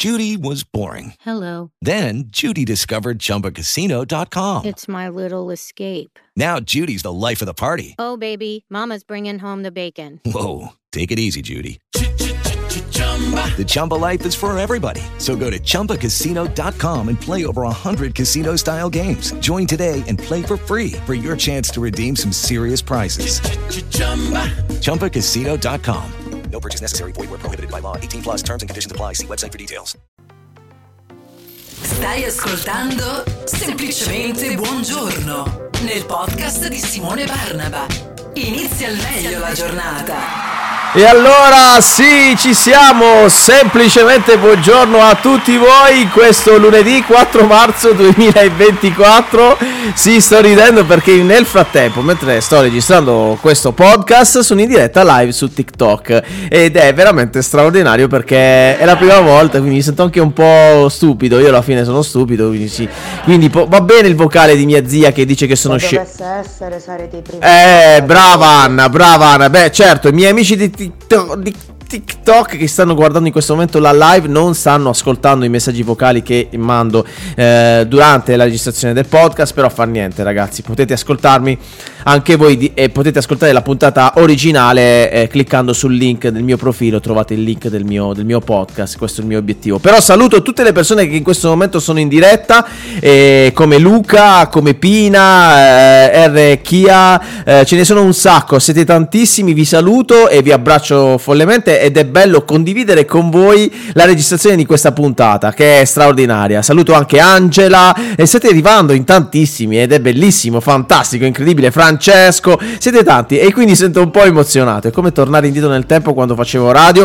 Judy was boring. Hello. Then Judy discovered ChumbaCasino.com. It's my little escape. Now Judy's the life of the party. Oh, baby, mama's bringing home the bacon. Whoa, take it easy, Judy. The Chumba life is for everybody. So go to ChumbaCasino.com and play over 100 casino-style games. Join today and play for free for your chance to redeem some serious prizes. ChumbaCasino.com. No purchase necessary. Void where prohibited by law. 18 plus terms and conditions apply. See website for details. Stai ascoltando Semplicemente Buongiorno, nel podcast di Simone Barnaba. Inizia al meglio la giornata. E allora sì, ci siamo, semplicemente buongiorno a tutti voi, questo lunedì 4 marzo 2024, sì, sto ridendo perché nel frattempo, mentre sto registrando questo podcast, sono in diretta live su TikTok ed è veramente straordinario perché è la prima volta, quindi mi sento anche un po' stupido, io alla fine sono stupido, quindi sì, quindi va bene il vocale di mia zia che dice che sono scemo. Brava Anna, beh certo, i miei amici di TikTok che stanno guardando in questo momento la live non stanno ascoltando i messaggi vocali che mando durante la registrazione del podcast, però fa niente ragazzi, potete ascoltarmi anche voi e potete ascoltare la puntata originale cliccando sul link del mio profilo, trovate il link del mio podcast, questo è il mio obiettivo. Però saluto tutte le persone che in questo momento sono in diretta, come Luca, come Pina, R. Chia, ce ne sono un sacco, siete tantissimi, vi saluto e vi abbraccio follemente ed è bello condividere con voi la registrazione di questa puntata che è straordinaria. Saluto anche Angela e state arrivando in tantissimi ed è bellissimo, fantastico, incredibile. Francesco, siete tanti e quindi sento un po' emozionato, è come tornare indietro nel tempo quando facevo radio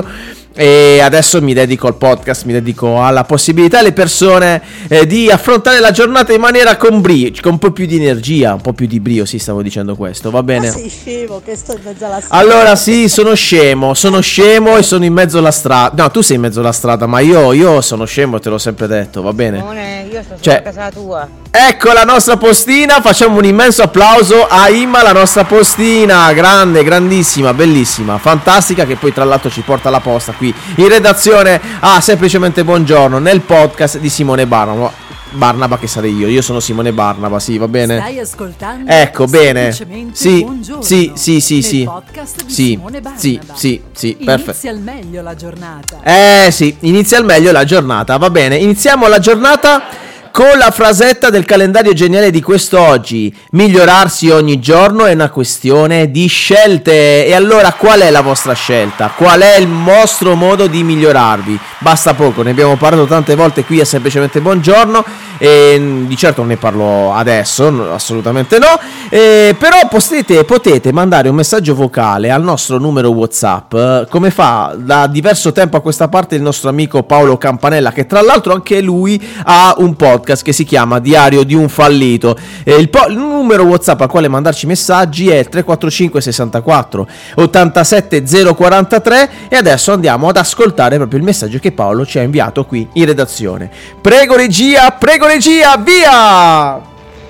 e adesso mi dedico al podcast, mi dedico alla possibilità alle persone di affrontare la giornata in maniera con brio, con un po' più di energia, un po' più di brio, sì, stavo dicendo questo, va bene? Ma sei scemo che sto in mezzo alla strada. Allora sì, sono scemo e sono in mezzo alla strada. No, tu sei in mezzo alla strada, ma io sono scemo, te l'ho sempre detto, va bene? Io sto a casa tua. Ecco la nostra postina, facciamo un immenso applauso a Imma, la nostra postina, grande, grandissima, bellissima, fantastica, che poi tra l'altro ci porta la posta qui in redazione a Semplicemente Buongiorno nel podcast di Simone Barnaba che sarei io sono Simone Barnaba, sì, va bene? Stai ascoltando? Ecco, bene. Sì, Buongiorno, sì. nel podcast di Simone Barnaba. Sì, perfetto. Inizia al meglio la giornata. Sì, inizia al meglio la giornata, va bene. Iniziamo la giornata con la frasetta del calendario geniale di quest'oggi: migliorarsi ogni giorno è una questione di scelte. E allora qual è la vostra scelta? Qual è il vostro modo di migliorarvi? Basta poco, ne abbiamo parlato tante volte qui a Semplicemente Buongiorno e di certo non ne parlo adesso, assolutamente no, però potete mandare un messaggio vocale al nostro numero WhatsApp, come fa da diverso tempo a questa parte il nostro amico Paolo Campanella, che tra l'altro anche lui ha un podcast che si chiama Diario di un Fallito. Il numero WhatsApp al quale mandarci messaggi è 345 64 87 043 e adesso andiamo ad ascoltare proprio il messaggio che Paolo ci ha inviato qui in redazione. Prego regia, via!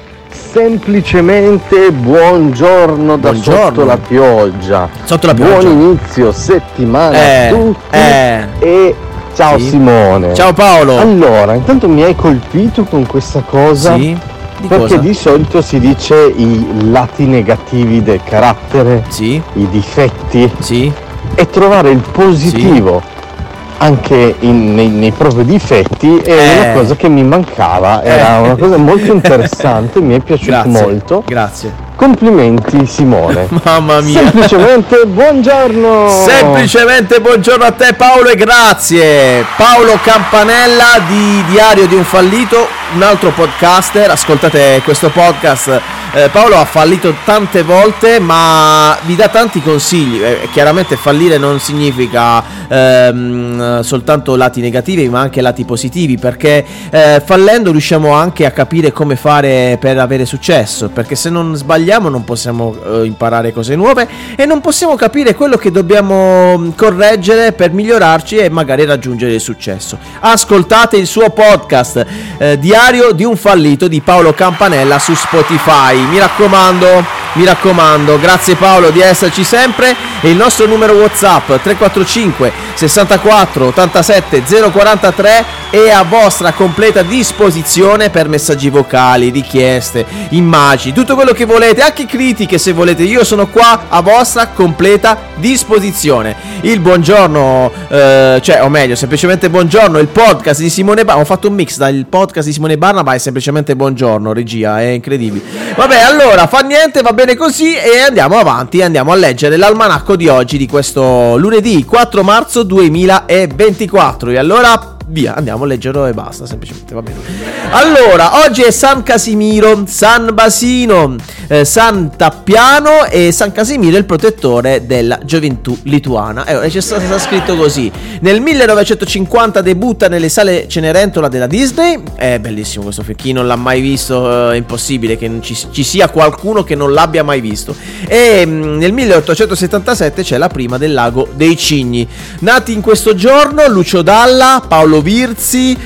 Semplicemente buongiorno da sotto la pioggia. Buon inizio settimana a tutti e ciao sì. Simone. Ciao Paolo. Allora, intanto mi hai colpito con questa cosa, sì? Perché cosa? Di solito si dice i lati negativi del carattere, sì? I difetti, sì? E trovare il positivo, sì? Anche nei propri difetti è una cosa che mi mancava, era una cosa molto interessante, mi è piaciuto molto. Grazie. Complimenti Simone. Mamma mia. Semplicemente buongiorno. Semplicemente buongiorno a te Paolo e grazie. Paolo Campanella di Diario di un Fallito, un altro podcaster, ascoltate questo podcast. Paolo ha fallito tante volte ma vi dà tanti consigli. Chiaramente fallire non significa soltanto lati negativi ma anche lati positivi, perché fallendo riusciamo anche a capire come fare per avere successo, perché se non sbagliamo non possiamo imparare cose nuove e non possiamo capire quello che dobbiamo correggere per migliorarci e magari raggiungere il successo. Ascoltate il suo podcast Diario di un Fallito di Paolo Campanella su Spotify, mi raccomando. mi raccomando. Grazie Paolo di esserci sempre. E il nostro numero WhatsApp 345 64 87 043 è a vostra completa disposizione per messaggi vocali, richieste, immagini, tutto quello che volete, anche critiche se volete. Io sono qua a vostra completa disposizione. Il buongiorno, o meglio, semplicemente buongiorno, il podcast di Simone Barnaba. Ho fatto un mix dal podcast di Simone Barnaba e semplicemente buongiorno, regia, è incredibile. Vabbè, allora, fa niente, va bene così e andiamo avanti, andiamo a leggere l'almanacco di oggi, di questo lunedì 4 marzo 2024. E allora via, andiamo a leggerlo e basta, semplicemente, va bene. Allora, oggi è San Casimiro, San Basino, San Tappiano e San Casimiro è il protettore della gioventù lituana. C'è stato scritto così. Nel 1950 debutta nelle sale Cenerentola della Disney. È bellissimo questo film, chi non l'ha mai visto è impossibile che non ci sia qualcuno che non l'abbia mai visto. E nel 1877 c'è la prima del Lago dei Cigni. Nati in questo giorno Lucio Dalla, Paolo Virzi,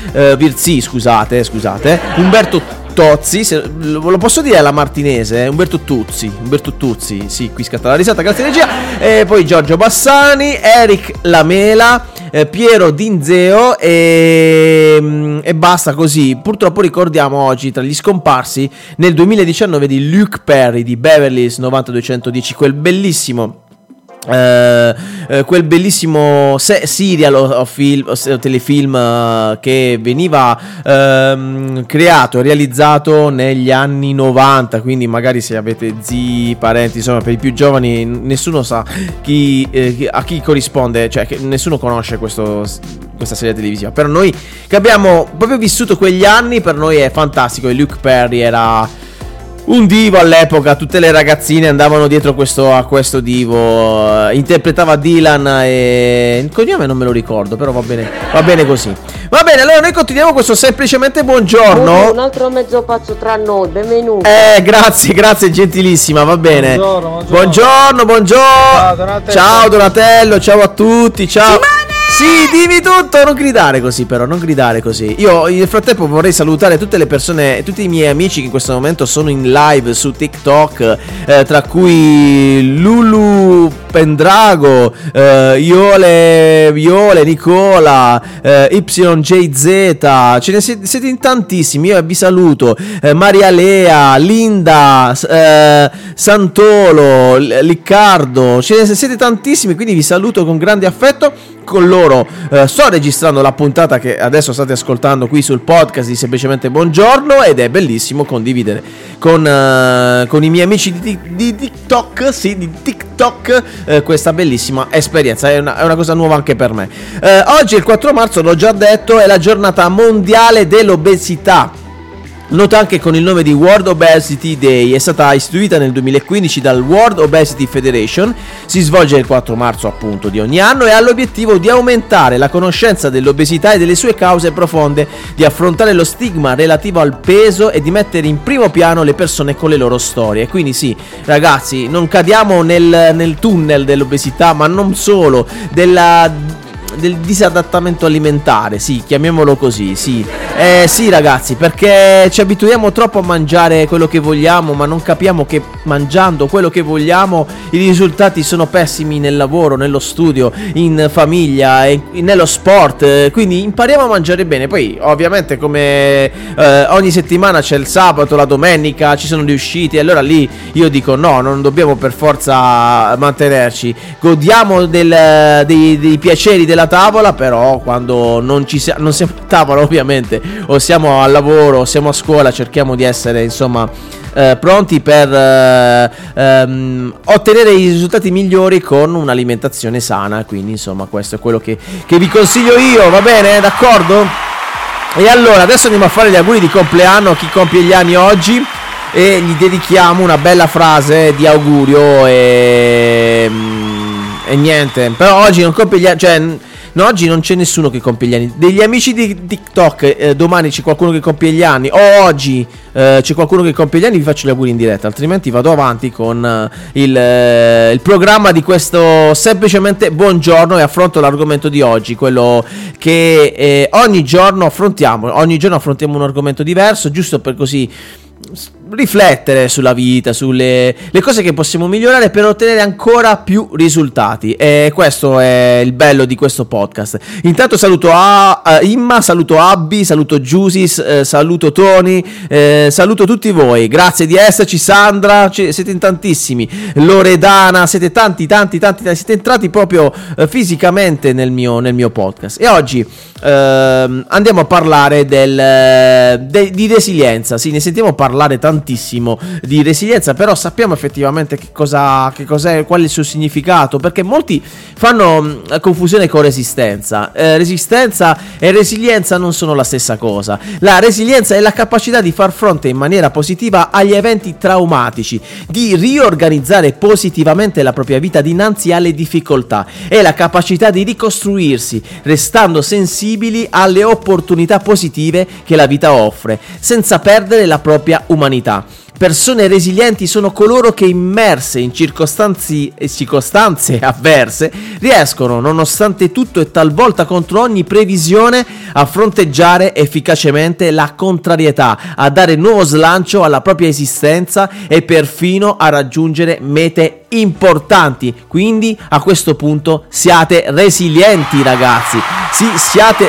Umberto Tozzi, lo posso dire alla martinese, Umberto Tuzzi, sì, qui scatta la risata, grazie regia. E poi Giorgio Bassani, Eric Lamela, Piero Dinzeo e basta così. Purtroppo ricordiamo oggi tra gli scomparsi nel 2019 di Luke Perry di Beverly Hills 90210, quel bellissimo serial o telefilm che veniva creato e realizzato negli anni 90, quindi magari se avete zii, parenti, insomma per i più giovani nessuno sa a chi corrisponde, cioè che nessuno conosce questa serie televisiva. Per noi che abbiamo proprio vissuto quegli anni, per noi è fantastico. E Luke Perry era un divo all'epoca, tutte le ragazzine andavano dietro a questo divo, interpretava Dylan e il cognome non me lo ricordo, però va bene così. Va bene, allora noi continuiamo questo semplicemente buongiorno. Un altro mezzo pazzo tra noi, benvenuto. Grazie gentilissima, va bene. Buongiorno. Ciao Donatello, ciao a tutti, ciao. Sì, dimmi tutto, non gridare così. Io nel frattempo vorrei salutare tutte le persone, tutti i miei amici che in questo momento sono in live su TikTok, tra cui Lulu Pendrago, Iole, Nicola, YJZ, ce ne siete in tantissimi, io vi saluto. Maria Lea, Linda, Santolo, Riccardo, siete tantissimi, quindi vi saluto con grande affetto. Con loro sto registrando la puntata che adesso state ascoltando qui sul podcast di Semplicemente Buongiorno, ed è bellissimo condividere con i miei amici di TikTok, questa bellissima esperienza. È una cosa nuova anche per me. Oggi il 4 marzo, l'ho già detto, è la giornata mondiale dell'obesità, nota anche con il nome di World Obesity Day. È stata istituita nel 2015 dal World Obesity Federation, si svolge il 4 marzo appunto di ogni anno e ha l'obiettivo di aumentare la conoscenza dell'obesità e delle sue cause profonde, di affrontare lo stigma relativo al peso e di mettere in primo piano le persone con le loro storie. Quindi sì, ragazzi, non cadiamo nel tunnel dell'obesità, ma non solo, del disadattamento alimentare, sì, chiamiamolo così, sì. Sì ragazzi, perché ci abituiamo troppo a mangiare quello che vogliamo, ma non capiamo che mangiando quello che vogliamo i risultati sono pessimi nel lavoro, nello studio, in famiglia, nello sport. Quindi impariamo a mangiare bene. Poi ovviamente come ogni settimana c'è il sabato, la domenica, ci sono le uscite, allora lì io dico no, non dobbiamo per forza mantenerci, godiamo dei piaceri della tavola, però quando non siamo a tavola ovviamente, o siamo al lavoro o siamo a scuola, cerchiamo di essere insomma pronti per ottenere i risultati migliori con un'alimentazione sana. Quindi insomma questo è quello che vi consiglio io, va bene? D'accordo? E allora adesso andiamo a fare gli auguri di compleanno a chi compie gli anni oggi e gli dedichiamo una bella frase di augurio e niente. Però oggi non compie gli anni, cioè no, oggi non c'è nessuno che compie gli anni. Degli amici di TikTok, domani c'è qualcuno che compie gli anni, o oggi c'è qualcuno che compie gli anni, vi faccio gli auguri in diretta, altrimenti vado avanti con il programma di questo Semplicemente Buongiorno e affronto l'argomento di oggi, quello che ogni giorno affrontiamo un argomento diverso, giusto per così riflettere sulla vita, sulle le cose che possiamo migliorare per ottenere ancora più risultati, e questo è il bello di questo podcast. Intanto saluto Imma, saluto Abby, saluto Giusis, saluto Tony, saluto tutti voi, grazie di esserci. Sandra, siete in tantissimi, Loredana, siete tanti, siete entrati proprio fisicamente nel mio podcast. E oggi andiamo a parlare di resilienza. Sì, ne sentiamo parlare tantissimo di resilienza, però sappiamo effettivamente che cos'è, qual è il suo significato, perché molti fanno confusione con resistenza. Resistenza e resilienza non sono la stessa cosa. La resilienza è la capacità di far fronte in maniera positiva agli eventi traumatici, di riorganizzare positivamente la propria vita dinanzi alle difficoltà, è la capacità di ricostruirsi restando sensibili alle opportunità positive che la vita offre, senza perdere la propria umanità. Persone resilienti sono coloro che, immerse in circostanze avverse, riescono, nonostante tutto e talvolta contro ogni previsione, a fronteggiare efficacemente la contrarietà, a dare nuovo slancio alla propria esistenza e perfino a raggiungere mete importanti. Quindi a questo punto siate resilienti, ragazzi. Sì, siate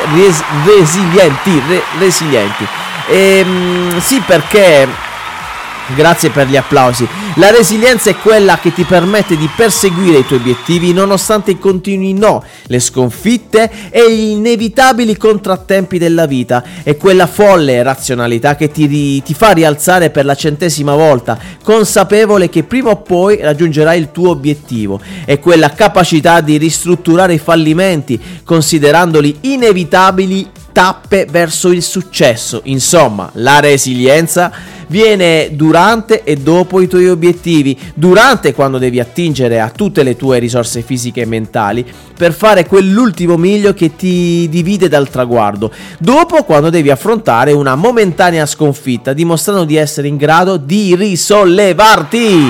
resilienti. Sì, perché grazie per gli applausi. La resilienza è quella che ti permette di perseguire i tuoi obiettivi nonostante i continui no, le sconfitte e gli inevitabili contrattempi della vita. È quella folle razionalità che ti fa rialzare per la 100ª volta, consapevole che prima o poi raggiungerai il tuo obiettivo. È quella capacità di ristrutturare i fallimenti, considerandoli inevitabili tappe verso il successo. Insomma, la resilienza viene durante e dopo i tuoi obiettivi. Durante, quando devi attingere a tutte le tue risorse fisiche e mentali per fare quell'ultimo miglio che ti divide dal traguardo. Dopo, quando devi affrontare una momentanea sconfitta, dimostrando di essere in grado di risollevarti.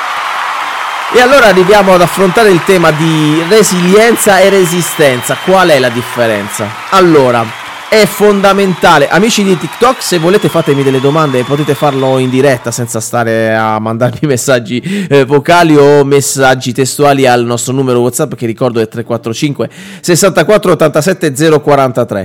E allora arriviamo ad affrontare il tema di resilienza e resistenza. Qual è la differenza? Allora, è fondamentale, amici di TikTok, se volete fatemi delle domande, potete farlo in diretta senza stare a mandarmi messaggi vocali o messaggi testuali al nostro numero WhatsApp, che ricordo è 345 64 87 043.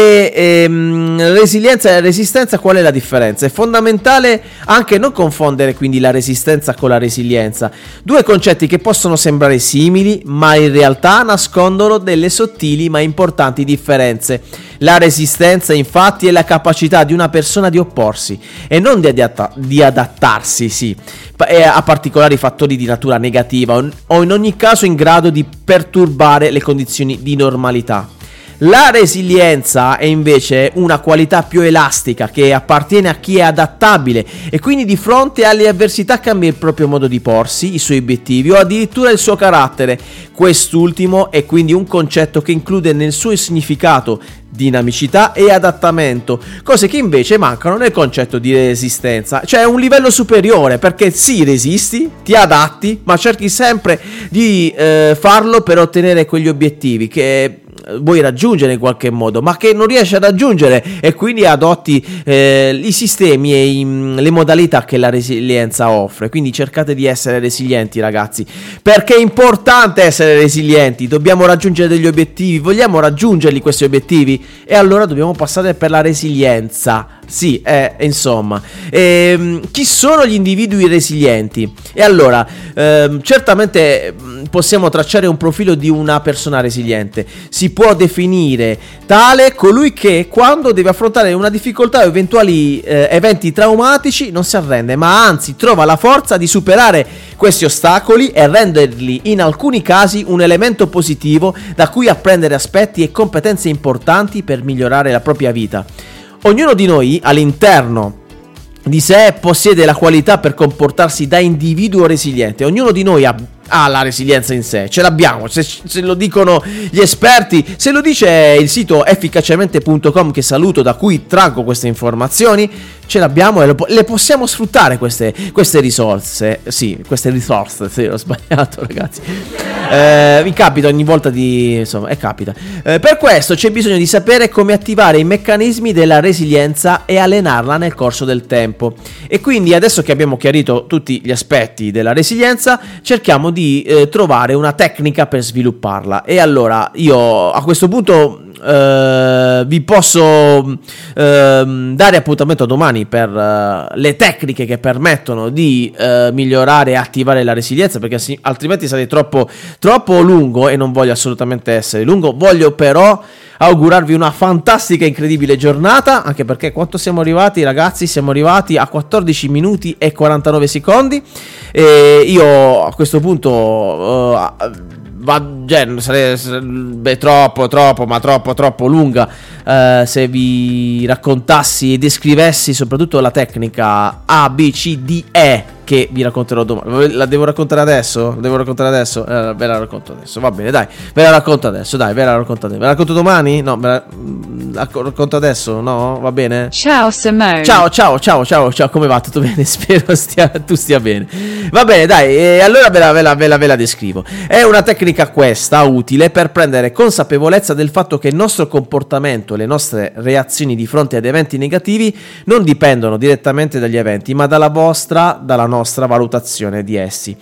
Resilienza e resistenza, qual è la differenza? È fondamentale anche non confondere quindi la resistenza con la resilienza, due concetti che possono sembrare simili ma in realtà nascondono delle sottili ma importanti differenze. La resistenza infatti è la capacità di una persona di opporsi e non di adattarsi a particolari fattori di natura negativa o in ogni caso in grado di perturbare le condizioni di normalità. La resilienza è invece una qualità più elastica che appartiene a chi è adattabile e quindi di fronte alle avversità cambia il proprio modo di porsi, i suoi obiettivi o addirittura il suo carattere. Quest'ultimo è quindi un concetto che include nel suo significato dinamicità e adattamento, cose che invece mancano nel concetto di resistenza, cioè un livello superiore, perché sì, resisti, ti adatti, ma cerchi sempre di farlo per ottenere quegli obiettivi che vuoi raggiungere in qualche modo ma che non riesci a raggiungere, e quindi adotti i sistemi e le modalità che la resilienza offre. Quindi cercate di essere resilienti, ragazzi, perché è importante essere resilienti. Dobbiamo raggiungere degli obiettivi, vogliamo raggiungerli questi obiettivi, e allora dobbiamo passare per la resilienza. Sì, insomma, chi sono gli individui resilienti? E allora, certamente possiamo tracciare un profilo di una persona resiliente. Si può definire tale colui che, quando deve affrontare una difficoltà o eventuali eventi traumatici, non si arrende, ma anzi trova la forza di superare questi ostacoli e renderli in alcuni casi un elemento positivo da cui apprendere aspetti e competenze importanti per migliorare la propria vita. Ognuno di noi all'interno di sé possiede la qualità per comportarsi da individuo resiliente. Ognuno di noi ha ha la resilienza in sé, ce l'abbiamo, se lo dicono gli esperti, se lo dice il sito efficacemente.com, che saluto, da cui traggo queste informazioni, ce l'abbiamo e le possiamo sfruttare queste risorse. Sì, ho sbagliato, ragazzi. Mi capita ogni volta capita. Per questo c'è bisogno di sapere come attivare i meccanismi della resilienza e allenarla nel corso del tempo. E quindi, adesso che abbiamo chiarito tutti gli aspetti della resilienza, cerchiamo di trovare una tecnica per svilupparla. E allora io a questo punto vi posso dare appuntamento domani per le tecniche che permettono di migliorare e attivare la resilienza, perché altrimenti sarei troppo lungo e non voglio assolutamente essere lungo. Voglio però augurarvi una fantastica, incredibile giornata, anche perché quanto siamo arrivati, ragazzi? Siamo arrivati a 14 minuti e 49 secondi e io a questo punto sarebbe troppo lunga se vi raccontassi e descrivessi soprattutto la tecnica A, B, C, D, E, che vi racconterò domani. La devo raccontare adesso? Ve la racconto adesso, va bene, dai, ve la racconto adesso, ve la racconto domani? No, ve la racconto adesso, no? Va bene? Ciao Simone. Ciao, come va? Tutto bene? Spero tu stia bene. Va bene, dai, e allora ve la descrivo. È una tecnica questa utile per prendere consapevolezza del fatto che il nostro comportamento, le nostre reazioni di fronte ad eventi negativi non dipendono direttamente dagli eventi, ma dalla nostra valutazione di essi.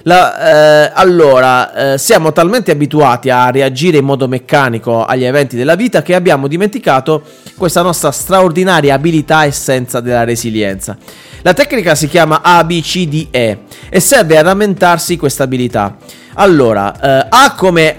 Siamo talmente abituati a reagire in modo meccanico agli eventi della vita che abbiamo dimenticato questa nostra straordinaria abilità, essenza della resilienza. La tecnica si chiama ABCDE e serve a rammentarsi questa abilità. Allora, A come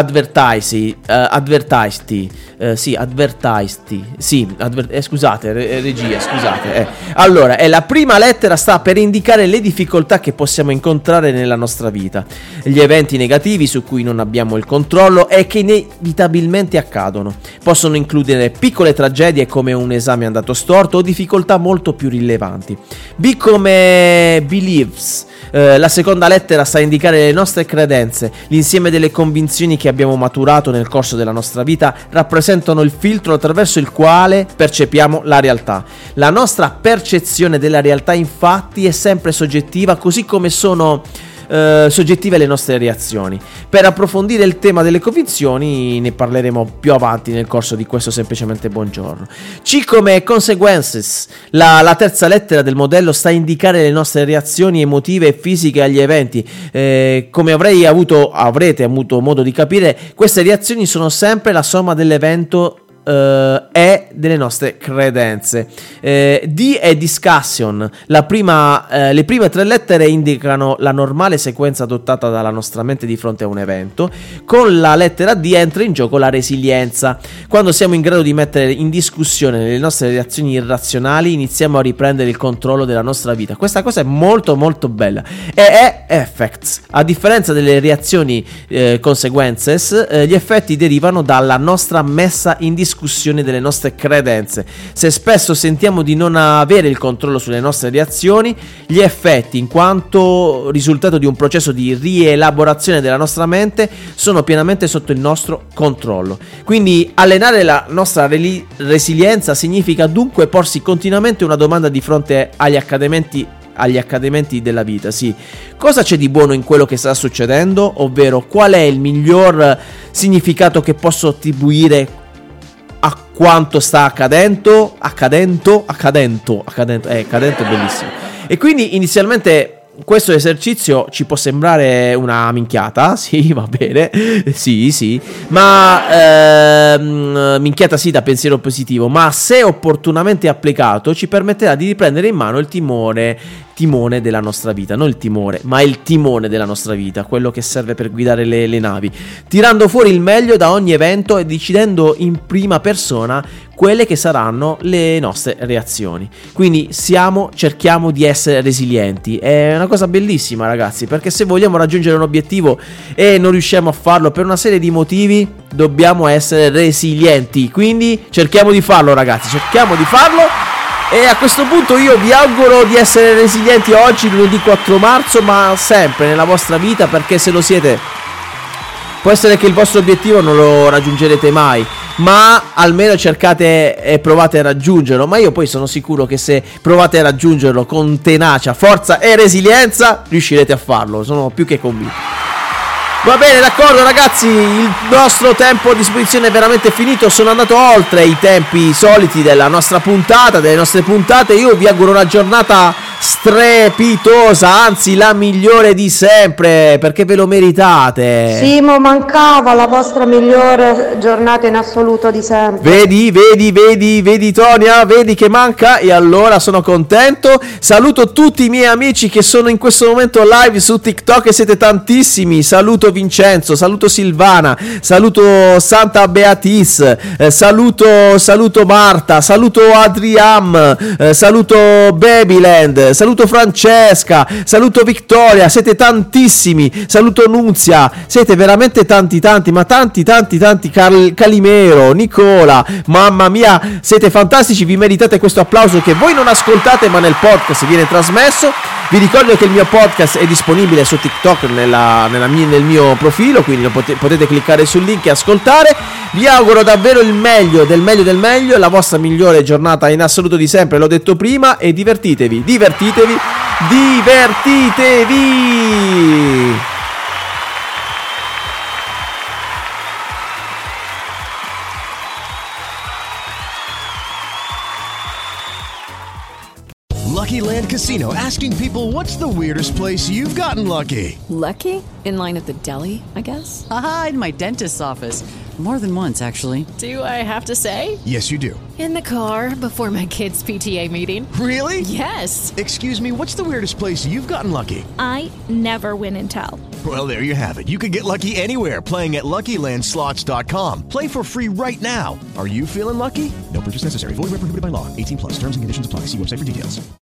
regia, scusate. Allora, la prima lettera sta per indicare le difficoltà che possiamo incontrare nella nostra vita, gli eventi negativi su cui non abbiamo il controllo e che inevitabilmente accadono. Possono includere piccole tragedie come un esame andato storto o difficoltà molto più rilevanti. B come beliefs. La seconda lettera sta a indicare le nostre credenze, l'insieme delle convinzioni che abbiamo maturato nel corso della nostra vita rappresentano il filtro attraverso il quale percepiamo la realtà. La nostra percezione della realtà infatti è sempre soggettiva, così come sono soggettive le nostre reazioni. Per approfondire il tema delle convinzioni ne parleremo più avanti nel corso di questo semplicemente buongiorno. C come consequences. La terza lettera del modello sta a indicare le nostre reazioni emotive e fisiche agli eventi. Come avrete avuto modo di capire, queste reazioni sono sempre la somma dell'evento e delle nostre credenze. D è discussion. Le prime tre lettere indicano la normale sequenza adottata dalla nostra mente di fronte a un evento. Con la lettera D entra in gioco la resilienza. Quando siamo in grado di mettere in discussione le nostre reazioni irrazionali, iniziamo a riprendere il controllo della nostra vita. Questa cosa è molto molto bella. E effects. A differenza delle reazioni consequences, gli effetti derivano dalla nostra messa in discussione delle nostre credenze. Se spesso sentiamo di non avere il controllo sulle nostre reazioni, gli effetti, in quanto risultato di un processo di rielaborazione della nostra mente, sono pienamente sotto il nostro controllo. Quindi allenare la nostra resilienza significa dunque porsi continuamente una domanda di fronte agli accadimenti della vita. Sì, cosa c'è di buono in quello che sta succedendo? Ovvero, qual è il miglior significato che posso attribuire a quanto sta accadendo è bellissimo. E quindi inizialmente questo esercizio ci può sembrare una minchiata, sì, va bene, sì, ma minchiata sì, da pensiero positivo, ma se opportunamente applicato ci permetterà di riprendere in mano il timone della nostra vita, non il timore, ma il timone della nostra vita, quello che serve per guidare le navi, tirando fuori il meglio da ogni evento e decidendo in prima persona quelle che saranno le nostre reazioni. Quindi cerchiamo di essere resilienti. È una cosa bellissima, ragazzi, perché se vogliamo raggiungere un obiettivo e non riusciamo a farlo per una serie di motivi, dobbiamo essere resilienti. Quindi cerchiamo di farlo, ragazzi, cerchiamo di farlo. E a questo punto io vi auguro di essere resilienti oggi, lunedì 4 marzo, ma sempre nella vostra vita, perché se lo siete può essere che il vostro obiettivo non lo raggiungerete mai, ma almeno cercate e provate a raggiungerlo. Ma io poi sono sicuro che se provate a raggiungerlo con tenacia, forza e resilienza, riuscirete a farlo, sono più che convinto. Va bene, d'accordo ragazzi, il nostro tempo a disposizione è veramente finito, sono andato oltre i tempi soliti della nostra puntata, delle nostre puntate. Io vi auguro una giornata strepitosa, anzi la migliore di sempre, perché ve lo meritate. Simo, mancava la vostra migliore giornata in assoluto di sempre. Vedi Tonia, vedi che manca, e allora sono contento. Saluto tutti i miei amici che sono in questo momento live su TikTok, e siete tantissimi. Saluto Vincenzo, saluto Silvana, saluto Santa Beatrice, saluto Marta, saluto Adriam, saluto Babyland, saluto Francesca, saluto Vittoria, siete tantissimi, saluto Nunzia, siete veramente tanti, ma tanti, Calimero, Nicola, mamma mia, siete fantastici, vi meritate questo applauso che voi non ascoltate ma nel podcast viene trasmesso. Vi ricordo che il mio podcast è disponibile su TikTok nel mio profilo, quindi potete cliccare sul link e ascoltare. Vi auguro davvero il meglio del meglio, la vostra migliore giornata in assoluto di sempre, l'ho detto prima, e divertitevi. Lucky Land Casino, asking people, what's the weirdest place you've gotten lucky? Lucky? In line at the deli, I guess? Aha, in my dentist's office. More than once, actually. Do I have to say? Yes, you do. In the car before my kids' PTA meeting. Really? Yes. Excuse me, what's the weirdest place you've gotten lucky? I never win and tell. Well, there you have it. You can get lucky anywhere, playing at LuckyLandSlots.com. Play for free right now. Are you feeling lucky? No purchase necessary. Void where prohibited by law. 18+. Terms and conditions apply. See website for details.